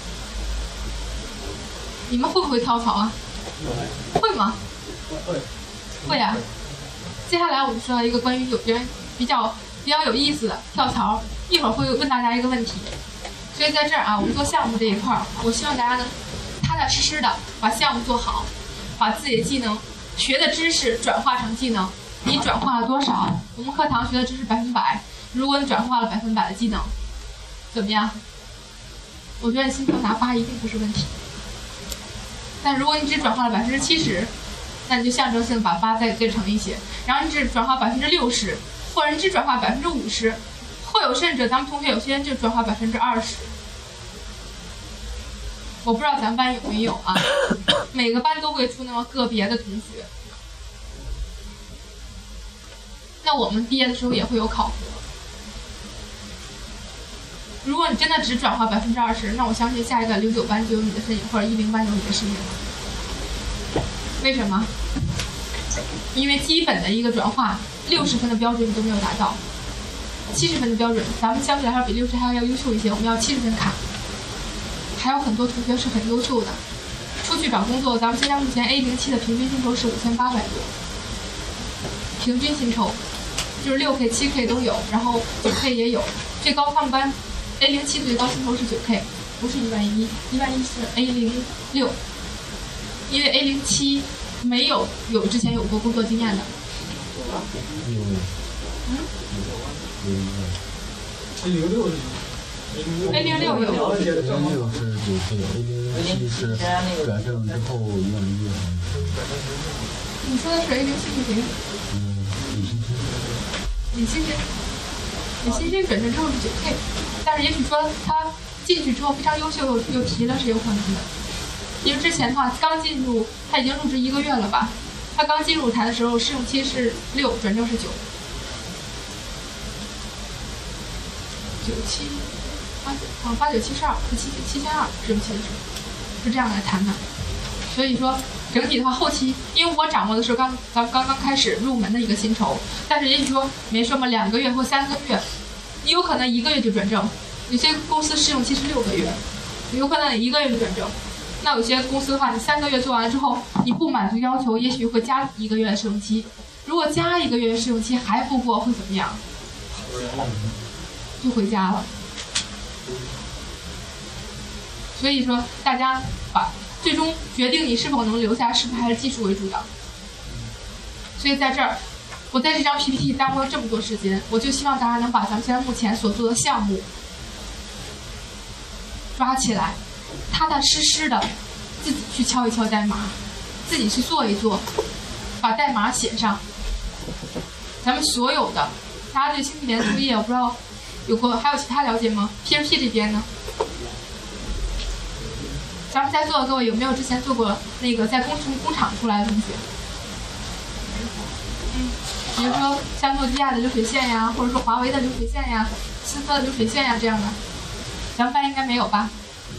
你们会不会跳槽啊？会吗？会，会啊。接下来我们说到一个关于有人比较比较有意思的跳槽，一会儿会问大家一个问题。所以在这儿啊，我们做项目这一块儿，我希望大家能踏踏实实的把项目做好， 把自己的技能、学的知识转化成技能。你转化了多少？我们课堂学的知识百分百，如果你转化了百分百的技能，怎么样？我觉得你薪酬拿八一定不是问题。但如果你只转化了百分之七十，那你就象征性把八再再乘一些，然后你只转化百分之六十，或者你只转化百分之五十，或有甚者，咱们同学有些人就转化百分之二十。我不知道咱们班有没有啊？每个班都会出那么个别的同学。那我们毕业的时候也会有考核。如果你真的只转化百分之二十，那我相信下一个零九班就有你的身影，或者一零班有你的身影。为什么？因为基本的一个转化，六十分的标准你都没有达到，七十分的标准，咱们相对来说比六十还要优秀一些，我们要七十分卡。还有很多同学是很优秀的，出去找工作，咱们现在目前 A 零七的平均薪酬是五千八百多，平均薪酬就是六 K、七 K 都有，然后九 K 也有，最高他们班 A 零七最高薪酬是九 K， 不是一万一，一万一是 A 零六，因为 A 零七没有有之前有过工作经验的。嗯 A 零六 A 零六有。 A 零六是九 K，A 零七是转正之后一万一。 你说的是 A 零七是谁？ 嗯，李欣欣。 李欣欣，李欣欣转正之后是九 K， 但是也许说他进去之后非常优秀，又又提了是有可能的。因为之前的话，刚进入他已经入职一个月了吧？他刚进入舞台的时候，试用期是六，转正是九。九七。八九啊，八九七十二，七七千二，对不起的时候，是这样来谈的。所以说，整体的话，后期因为我掌握的是刚刚刚刚开始入门的一个薪酬，但是也许说没说嘛，两个月或三个月，你有可能一个月就转正，有些公司试用期是六个月，有可能你一个月就转正。那有些公司的话，你三个月做完了之后，你不满足要求，也许会加一个月的试用期。如果加一个月试用期还不过，会怎么样？就回家了。所以说，大家把最终决定你是否能留下，是不是还是技术为主的。所以在这儿，我在这张 P P T 耽误了这么多时间，我就希望大家能把咱们现在目前所做的项目抓起来，踏踏实实的自己去敲一敲代码，自己去做一做，把代码写上。咱们所有的，大家对星期联作业，我不知道有过还有其他了解吗 ？P H P 这边呢？咱们在座的各位有没有之前做过那个在工程工厂出来的同学？嗯，比如说像诺基亚的流水线呀，或者说华为的流水线呀，思科的流水线呀这样的，咱们班应该没有吧？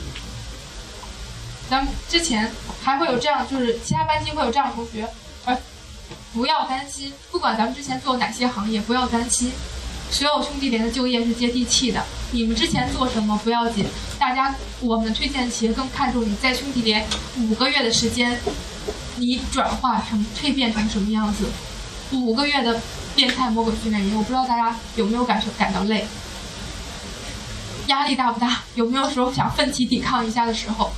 咱们之前还会有这样，就是其他班级会有这样的同学，呃，不要担心，不管咱们之前做哪些行业，不要担心。所有兄弟连的就业是接地气的，你们之前做什么不要紧，大家我们的推荐企业更看重你在兄弟连五个月的时间，你转化成蜕变成什么样子。五个月的变态魔鬼训练营，我不知道大家有没有感受感到累，压力大不大？有没有时候想奋起抵抗一下的时候？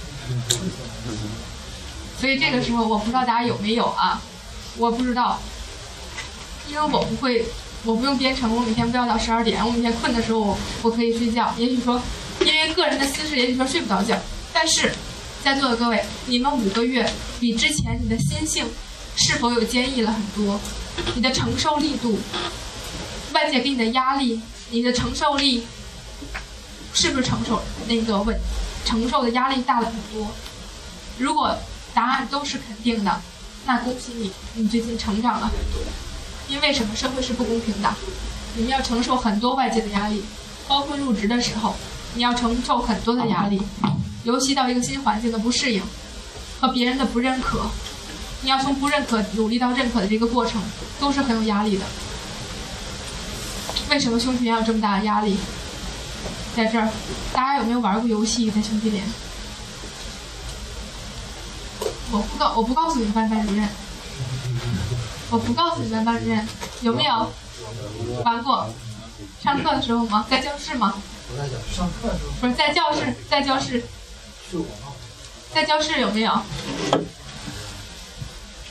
所以这个时候我不知道大家有没有啊，我不知道，因为我不会。我不用编程，我每天不要到十二点，我每天困的时候我我可以睡觉。也许说，因为个人的私事，也许说睡不着觉。但是，在座的各位，你们五个月比之前你的心性是否有坚毅了很多？你的承受力度，外界给你的压力，你的承受力是不是承受那个稳承受的压力大了很多？如果答案都是肯定的，那恭喜你，你最近成长了很多。因为什么？社会是不公平的，你们要承受很多外界的压力，包括入职的时候，你要承受很多的压力，尤其到一个新环境的不适应和别人的不认可，你要从不认可努力到认可的这个过程，都是很有压力的。为什么兄弟连有这么大的压力？在这儿，大家有没有玩过游戏？在兄弟连，我不告我不告诉你们班班主任。我不告诉你们班主任有没有玩过？上课的时候吗？在教室吗？ 上课的时候不是在教室，在教室，在教室有没有？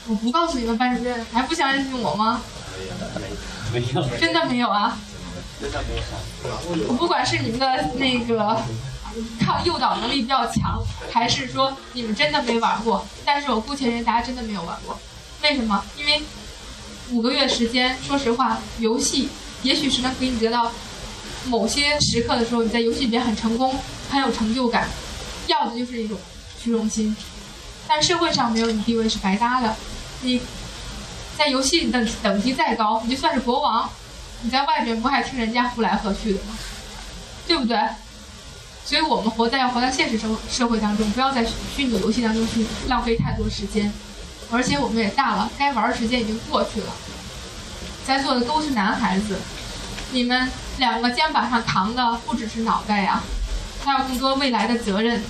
我不告诉你们班主任，还不相信我吗？ 没有， 真的没有啊！我不管是你们的那个抗诱导能力比较强，还是说你们真的没玩过，但是我姑且认为大家真的没有玩过。为什么？因为五个月时间，说实话，游戏也许是能给你得到某些时刻的时候，你在游戏里面很成功，很有成就感，要的就是一种虚荣心。但社会上没有你地位是白搭的，你在游戏里的等级再高，你就算是国王，你在外边不还听人家呼来喝去的吗？对不对？所以我们活在要活在现实社社会当中，不要在虚拟游戏当中去浪费太多时间。而且我们也大了，该玩的时间已经过去了。在座的都是男孩子，你们两个肩膀上扛的不只是脑袋呀，还有更多未来的责任。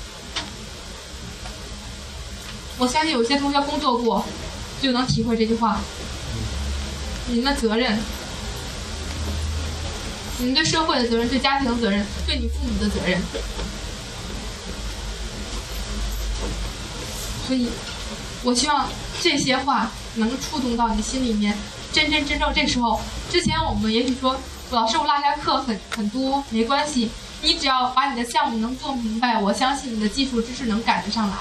我相信有些同学工作过，就能体会这句话。你们的责任，你们对社会的责任，对家庭的责任，对你父母的责任。所以我希望这些话能触动到你心里面，真真真正这时候，之前我们也许说老师我落下课很很多，没关系，你只要把你的项目能做明白，我相信你的技术知识能赶得上来。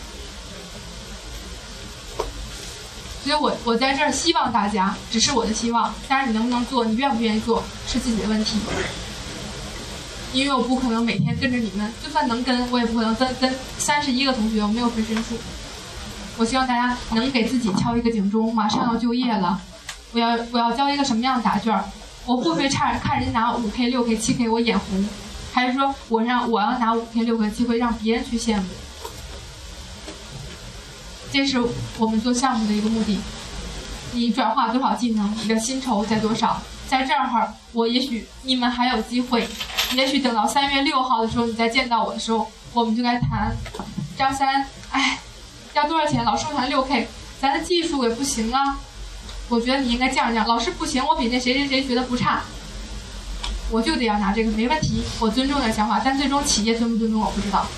所以我我在这儿希望大家，只是我的希望，当然你能不能做，你愿不愿意做是自己的问题。因为我不可能每天跟着你们，就算能跟，我也不可能跟跟三十一个同学，我没有分身术。我希望大家能给自己敲一个警钟，马上要就业了，我要我要交一个什么样的答卷？我会不会差看人家拿五 K、六 K、七 K 我眼红，还是说我让我要拿五 K、六 K、七 K 让别人去羡慕？这是我们做项目的一个目的。你转化多少技能，你的薪酬在多少？在这儿，我也许你们还有机会，也许等到三月六号的时候，你再见到我的时候，我们就该谈。张三，哎，要多少钱？老师我谈六 K， 咱的技术也不行啊。我觉得你应该降一降。老师不行，我比那谁谁谁学的不差，我就得要拿这个，没问题。我尊重你的想法，但最终企业尊不尊重我不知道。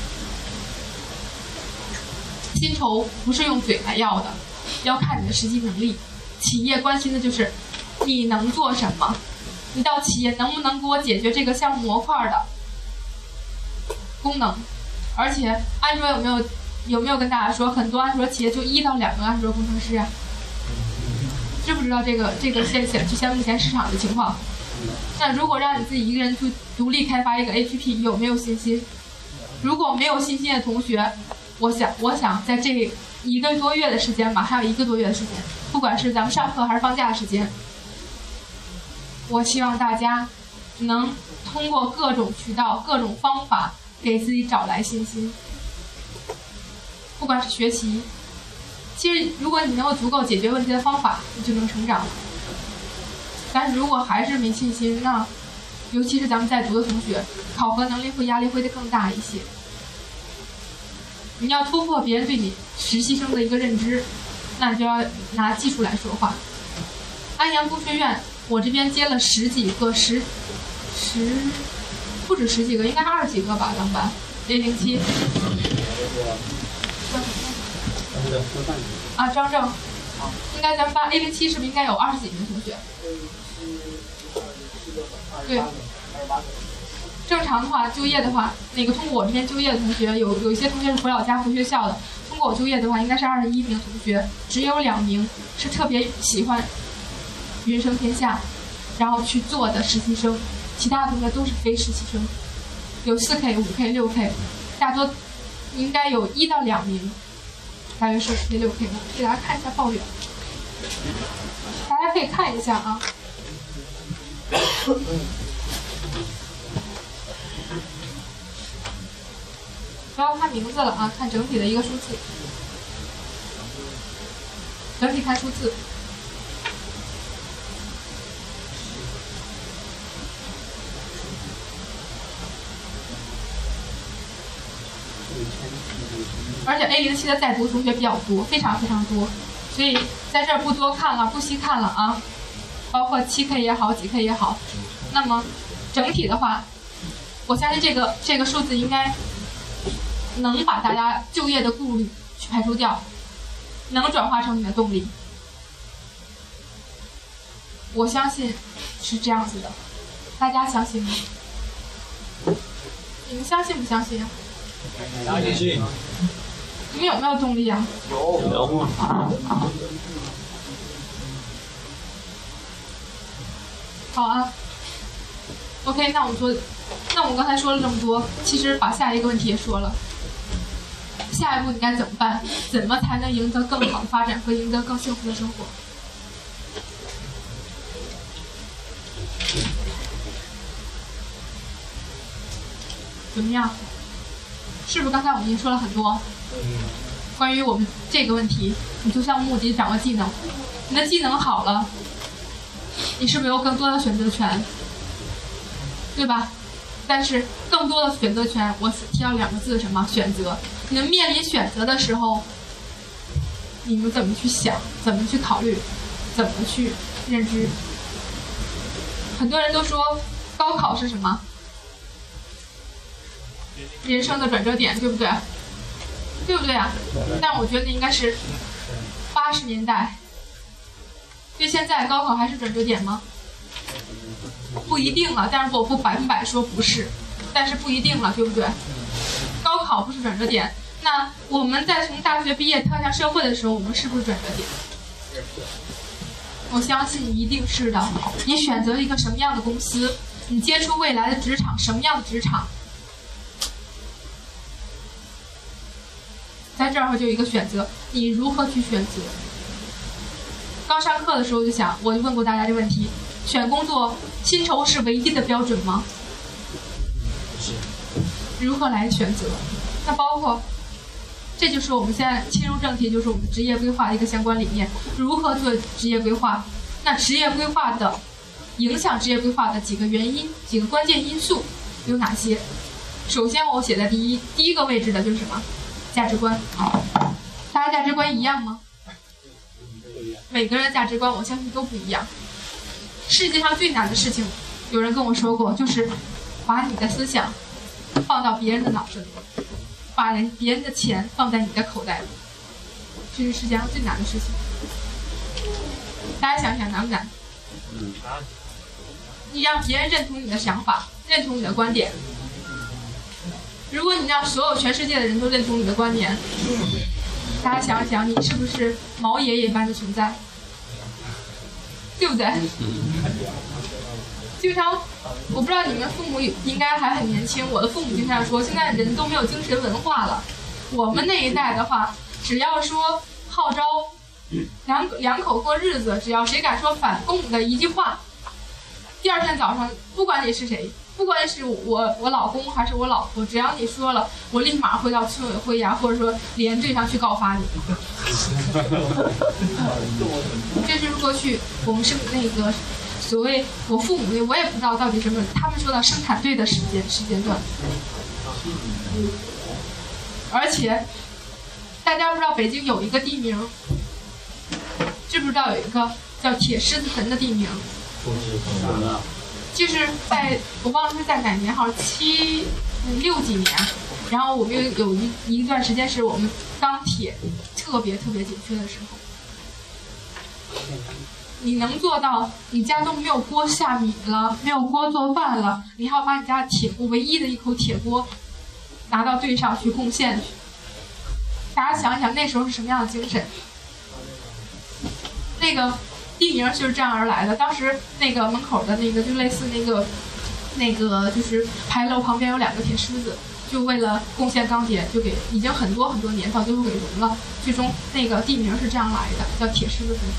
薪酬不是用嘴来要的，要看你的实际能力。企业关心的就是你能做什么，你到企业能不能给我解决这个项目模块的功能。而且安卓有没有有没有跟大家说，很多安卓企业就一到两个安卓工程师啊？知不知道这个这个现现现目前市场的情况？那如果让你自己一个人去独立开发一个 A P P， 有没有信心？如果没有信心的同学，我想，我想在这一个多月的时间吧，还有一个多月的时间，不管是咱们上课还是放假的时间，我希望大家能通过各种渠道、各种方法给自己找来信心。不管是学习，其实如果你能有足够解决问题的方法，你就能成长。但是如果还是没信心，那尤其是咱们在读的同学，考核能力会压力会更大一些。你要突破别人对你实习生的一个认知，那你就要拿技术来说话。安阳工学院，我这边接了十几个，十十不止十几个，应该是二十几个吧，咱们班 A 零七。啊，张正，应该咱们班 A 零七是不是应该有二十几名同学？对。正常的话，就业的话，那个通过我这边就业的同学，有有一些同学是回老家回学校的。通过我就业的话，应该是二十一名同学，只有两名是特别喜欢云生天下，然后去做的实习生，其他的同学都是非实习生，有四 K、五 K、六 K， 大多应该有一到两名，大约是五 K、六 K。我给大家看一下报表，大家可以看一下啊。不要看名字了啊，看整体的一个数字，整体看数字。而且 A 零七的在读同学比较多，非常非常多，所以在这儿不多看了，不细看了啊。包括七 K 也好，几 K 也好，那么整体的话，我相信这个这个数字应该能把大家就业的顾虑去排除掉。 能转化成你的动力。我相信是这样子的，大家相信吗？你们相信不相信啊？ 相信。 你们有没有动力啊？ 有有。 好啊。OK， 那我们说，那我们刚才说了这么多，其实把下一个问题也说了。下一步你该怎么办？怎么才能赢得更好的发展和赢得更幸福的生活？怎么样？是不是刚才我们已经说了很多？关于我们这个问题，你就像目的掌握技能，你的技能好了，你是不是有更多的选择权？对吧？但是更多的选择权，我提到两个字，什么？选择。你们面临选择的时候，你们怎么去想？怎么去考虑？怎么去认知？很多人都说高考是什么？人生的转折点，对不对？对不对啊？但我觉得应该是八十年代。对，现在高考还是转折点吗？不一定了，但是我不百分百说不是，但是不一定了，对不对？高考不是转折点，那我们在从大学毕业跳向社会的时候，我们是不是转折点？我相信一定是的。你选择一个什么样的公司，你接触未来的职场，什么样的职场，在这儿就有一个选择，你如何去选择？刚上课的时候就想，我就问过大家这个问题：选工作，薪酬是唯一的标准吗？ 是。 如何来选择？那包括，这就是我们现在切入正题，就是我们职业规划的一个相关理念。如何做职业规划？那职业规划的影响职业规划的几个原因、几个关键因素有哪些？首先，我写在第一第一个位置的就是什么？价值观。大家价值观一样吗？每个人的价值观，我相信都不一样。世界上最难的事情，有人跟我说过，就是把你的思想放到别人的脑子里，把人别人的钱放在你的口袋里，这是世界上最难的事情。大家想想难不难？你让别人认同你的想法，认同你的观点。如果你让所有全世界的人都认同你的观点，大家想一想，你是不是毛爷爷般的存在？对不对？经常，我不知道你们父母应该还很年轻，我的父母经常说，现在人都没有精神文化了。我们那一代的话，只要说号召两两口过日子，只要谁敢说反父母的一句话，第二天早上，不管你是谁，不管是我我老公还是我老婆，只要你说了，我立马会到村委会呀，或者说连队上去告发你。这是过去我们是那个所谓我父母那，我也不知道到底什么，他们说到生产队的时间时间段。而且大家不知道北京有一个地名，知不知道有一个叫铁狮子坟的地名？就是在我忘了是在哪年，好像七六几年，然后我们有有一一段时间是我们钢铁特别特别紧缺的时候。你能做到你家都没有锅下米了，没有锅做饭了，你还要把你家的铁锅唯一的一口铁锅拿到队上去贡献去。大家想一想那时候是什么样的精神？那个地名就是这样而来的。当时那个门口的那个就类似那个那个就是牌楼旁边有两个铁狮子，就为了贡献钢铁，就给已经很多很多年到最后给融了，最终那个地名是这样来的，叫铁狮子坟。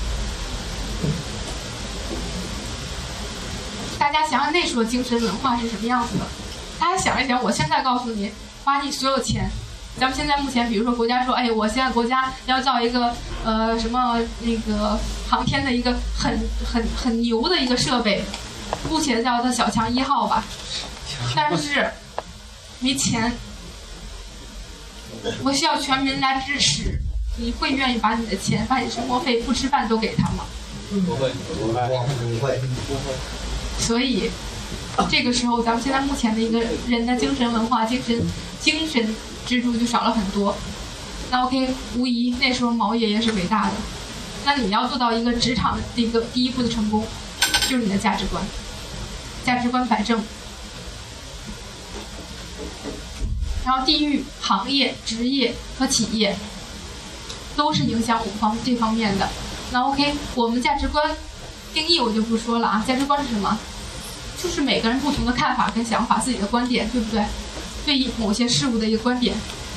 大家想想那时候精神文化是什么样子的？大家想一想，我现在告诉你，把你所有钱，咱们现在目前，比如说国家说，哎，我现在国家要造一个呃什么那个航天的一个很很很牛的一个设备，姑且叫它小强一号吧，但是没钱，我需要全民来支持，你会愿意把你的钱，把你生活费、不吃饭都给他吗？ 不会，不会， 不会。 所以，这个时候咱们现在目前的一个人的精神文化、精神精神支柱就少了很多。 那 OK， 无疑那时候毛爷爷是伟大的。那你要做到一个职场的一个第一步的成功，就是你的价值观，价值观摆正。然后地域、行业、职业和企业都是影响我们方这方面的。那 OK， 我们价值观定义我就不说了啊，价值观是什么？就是每个人不同的看法跟想法，自己的观点，对不对？对于某些事物的一个观点。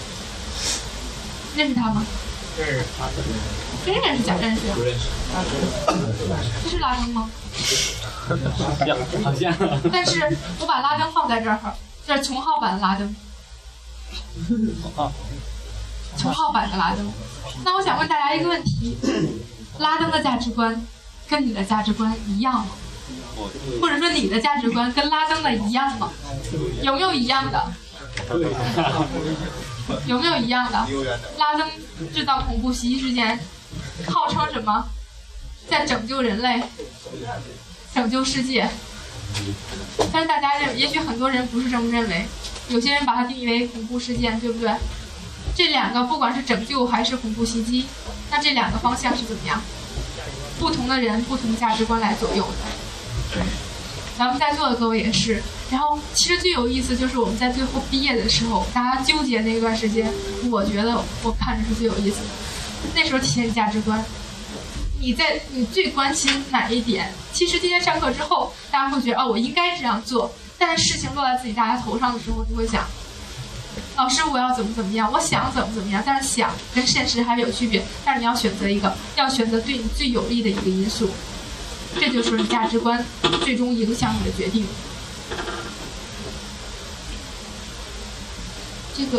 认识他吗？ 认识。 真认识假认识？ 不认识。 这是拉登吗？ 好像。 但是我把拉登放在这儿，这是穷号版的拉登。穷号版的拉登。那我想问大家一个问题：拉登的价值观跟你的价值观一样吗？或者说你的价值观跟拉登的一样吗？有没有一样的？有没有一样的？拉登制造恐怖袭击事件，号称什么？在拯救人类，拯救世界。但是大家认，也许很多人不是这么认为，有些人把它定义为恐怖事件，对不对？这两个不管是拯救还是恐怖袭击，那这两个方向是怎么样？不同的人、不同的价值观来左右的。咱们在座的各位也是。然后其实最有意思就是我们在最后毕业的时候，大家纠结那段时间，我觉得我看着是最有意思的。那时候体现价值观，你在你最关心哪一点？其实今天上课之后，大家会觉得哦，我应该这样做。但是事情落在自己大家头上的时候，就会想，老师我要怎么怎么样，我想怎么怎么样。但是想跟现实还是有区别。但是你要选择一个，要选择对你最有利的一个因素。这就是你价值观最终影响你的决定。这个，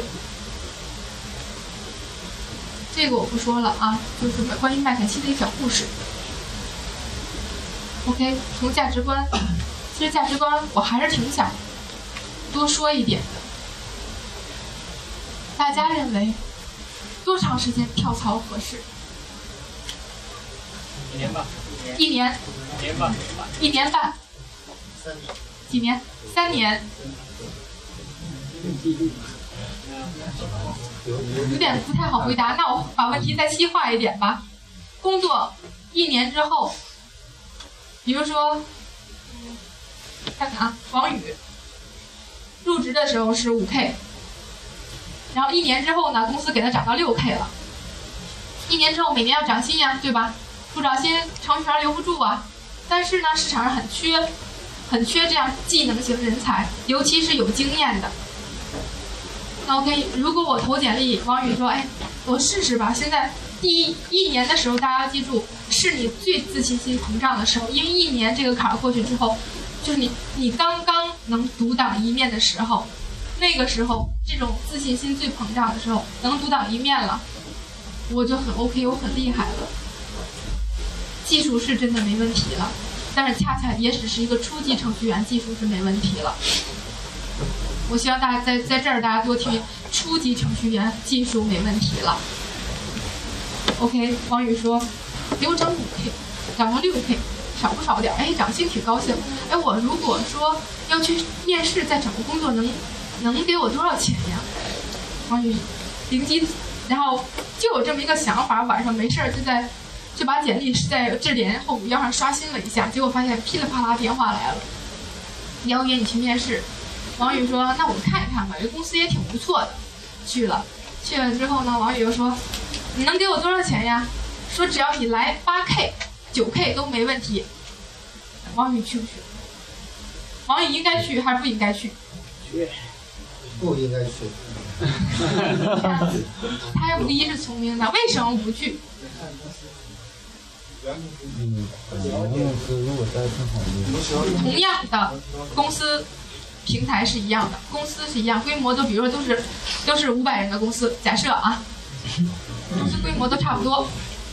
这个我不说了啊，就是关于麦肯锡的一个小故事。OK， 从价值观，其实价值观我还是挺想多说一点的。大家认为多长时间跳槽合适？ 一年吧。 一年。 一年半。 一年半。几年？三年。有点不太好回答，那我把问题再细化一点吧。工作一年之后，比如说，看看啊，王宇入职的时候是五 K， 然后一年之后呢，公司给他涨到六 K 了。一年之后每年要涨薪呀，对吧？不涨薪，程序员留不住啊。但是呢，市场上很缺，很缺这样技能型人才，尤其是有经验的。那 OK， 如果我投简历，王宇说，哎，我试试吧。现在第一一年的时候，大家记住，是你最自信心膨胀的时候，因为一年这个坎儿过去之后，就是你你刚刚能独当一面的时候，那个时候这种自信心最膨胀的时候，能独当一面了，我就很 OK， 我很厉害了。技术是真的没问题了，但是恰恰也只是一个初级程序员，技术是没问题了。我希望大家在在这儿大家多听，初级程序员技术没问题了。OK， 王宇说给我涨五 K， 涨成六 K， 少不少点？哎，涨薪挺高兴。哎，我如果说要去面试，再找个工作能能给我多少钱呀？王宇灵机，然后就有这么一个想法，晚上没事儿就在就把简历是在智联后五幺上刷新了一下，结果发现噼里啪啦电话来了，邀约你去面试。王宇说：“那我看一看吧，这公司也挺不错的。”去了，去了之后呢，王宇又说：“你能给我多少钱呀？”说只要你来八 K、九 K 都没问题。王宇去不去？王宇应该去还是不应该去？ 去，不应该去。 他也无疑是聪明的，为什么不去？ 嗯，公司如果待挺好的。 同样的公司。平台是一样的，公司是一样，规模都比如说都是都是五百人的公司，假设啊，公司规模都差不多。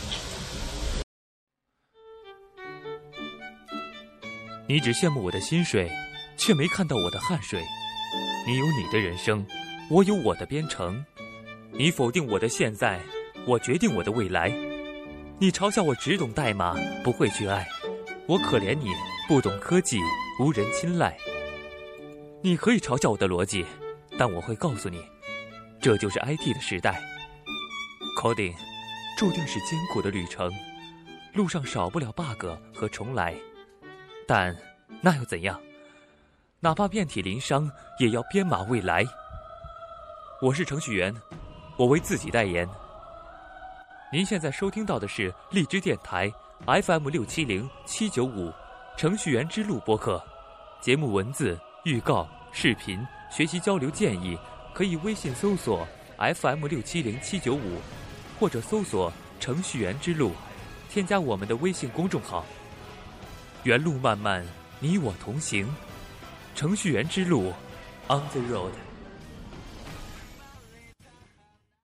你只羡慕我的薪水，却没看到我的汗水。你有你的人生，我有我的编程。你否定我的现在，我决定我的未来。你嘲笑我只懂代码，不会去爱。我可怜你不懂科技，无人青睐。你可以嘲笑我的逻辑，但我会告诉你，这就是 I T 的时代。 Coding 注定是艰苦的旅程，路上少不了 bug 和重来，但那又怎样？哪怕遍体鳞伤，也要编码未来。我是程序员，我为自己代言。您现在收听到的是荔枝电台 F M 六七零七九五程序员之路播客，节目文字、预告、视频、学习交流建议，可以微信搜索 F M 六七零七九五，或者搜索程序员之路，添加我们的微信公众号。原路漫漫，你我同行，程序员之路 On the road。